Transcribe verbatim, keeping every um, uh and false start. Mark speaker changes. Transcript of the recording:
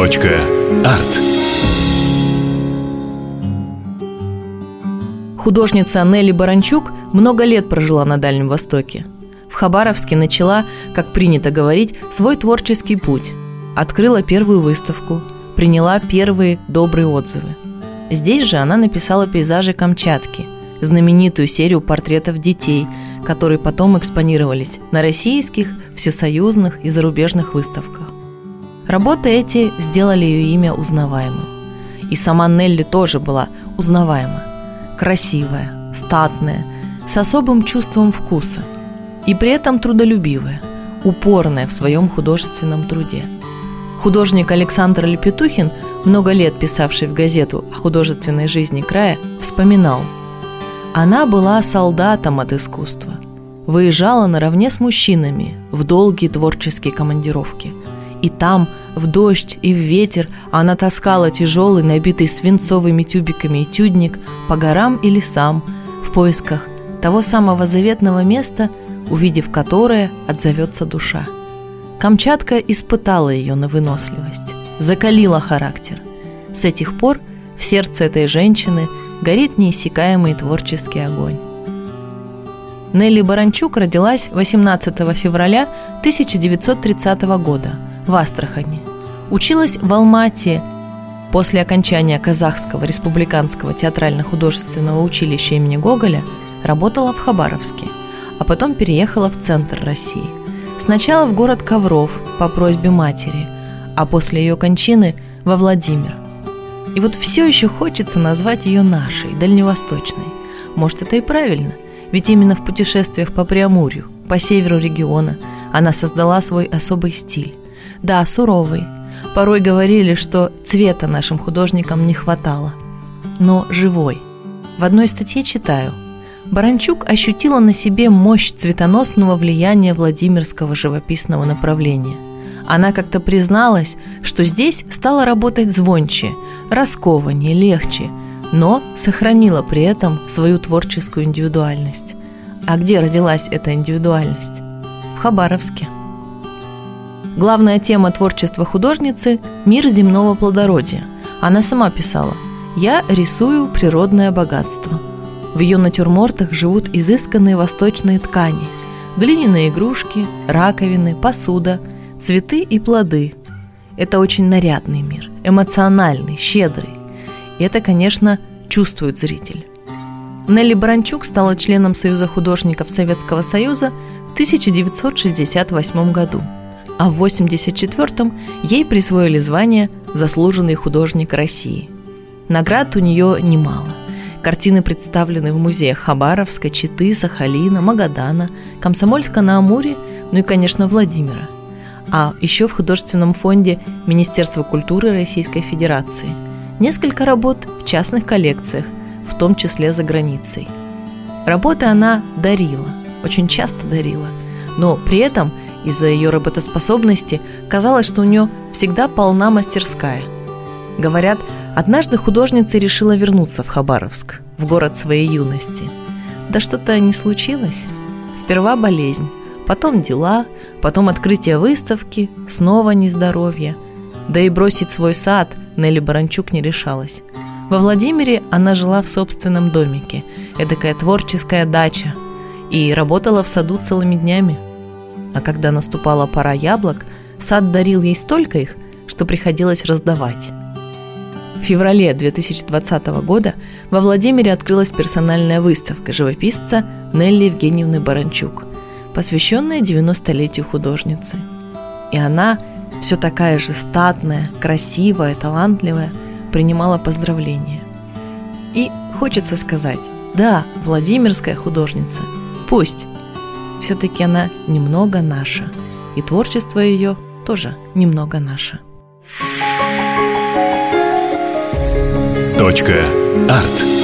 Speaker 1: Точка. Арт.
Speaker 2: Художница Нелли Баранчук много лет прожила на Дальнем Востоке. В Хабаровске начала, как принято говорить, свой творческий путь. Открыла первую выставку, приняла первые добрые отзывы. Здесь же она написала пейзажи Камчатки, знаменитую серию портретов детей, которые потом экспонировались на российских, всесоюзных и зарубежных выставках. Работы эти сделали ее имя узнаваемым. И сама Нелли тоже была узнаваема. Красивая, статная, с особым чувством вкуса. И при этом трудолюбивая, упорная в своем художественном труде. Художник Александр Лепетухин, много лет писавший в газету о художественной жизни края, вспоминал: «Она была солдатом от искусства. Выезжала наравне с мужчинами в долгие творческие командировки. И там, в дождь и в ветер, она таскала тяжелый, набитый свинцовыми тюбиками этюдник по горам и лесам в поисках того самого заветного места, увидев которое, отзовется душа. Камчатка испытала ее на выносливость, закалила характер. С этих пор в сердце этой женщины горит неиссякаемый творческий огонь». Нелли Баранчук родилась восемнадцатого февраля тысяча девятьсот тридцатого года в Астрахани. Училась в Алма-Ате. После окончания Казахского республиканского театрально-художественного училища имени Гоголя работала в Хабаровске, а потом переехала в центр России. Сначала в город Ковров по просьбе матери, а после ее кончины во Владимир. И вот все еще хочется назвать ее нашей, дальневосточной. Может, это и правильно, ведь именно в путешествиях по Преамурью, по северу региона, она создала свой особый стиль. Да, суровый. Порой говорили, что цвета нашим художникам не хватало. Но живой. В одной статье читаю: Баранчук ощутила на себе мощь цветоносного влияния Владимирского живописного направления. Она как-то призналась, что здесь стала работать звонче, раскованнее, легче, но сохранила при этом свою творческую индивидуальность. А где родилась эта индивидуальность? В Хабаровске. Главная тема творчества художницы – мир земного плодородия. Она сама писала: «Я рисую природное богатство». В ее натюрмортах живут изысканные восточные ткани, глиняные игрушки, раковины, посуда, цветы и плоды. Это очень нарядный мир, эмоциональный, щедрый. И это, конечно, чувствует зритель. Нелли Баранчук стала членом Союза художников Советского Союза в тысяча девятьсот шестьдесят восьмом году, а в восемьдесят четвёртом ей присвоили звание «Заслуженный художник России». Наград у нее немало. Картины представлены в музеях Хабаровска, Читы, Сахалина, Магадана, Комсомольска-на-Амуре, ну и, конечно, Владимира. А еще в художественном фонде Министерства культуры Российской Федерации. Несколько работ в частных коллекциях, в том числе за границей. Работы она дарила, очень часто дарила, но при этом из-за ее работоспособности казалось, что у нее всегда полна мастерская. Говорят, однажды художница решила вернуться в Хабаровск, в город своей юности. Да что-то не случилось. Сперва болезнь, потом дела, потом открытие выставки, снова нездоровье. Да и бросить свой сад Нелли Баранчук не решалась. Во Владимире она жила в собственном домике, эдакая творческая дача, и работала в саду целыми днями. А когда наступала пора яблок, сад дарил ей столько их, что приходилось раздавать. В феврале две тысячи двадцатого года во Владимире открылась персональная выставка живописца Нелли Евгеньевны Баранчук, посвященная девяностолетию художницы. И она, все такая же статная, красивая, талантливая, принимала поздравления. И хочется сказать: да, владимирская художница, пусть. Все-таки она немного наша, и творчество ее тоже немного наше.
Speaker 1: Точка. Арт.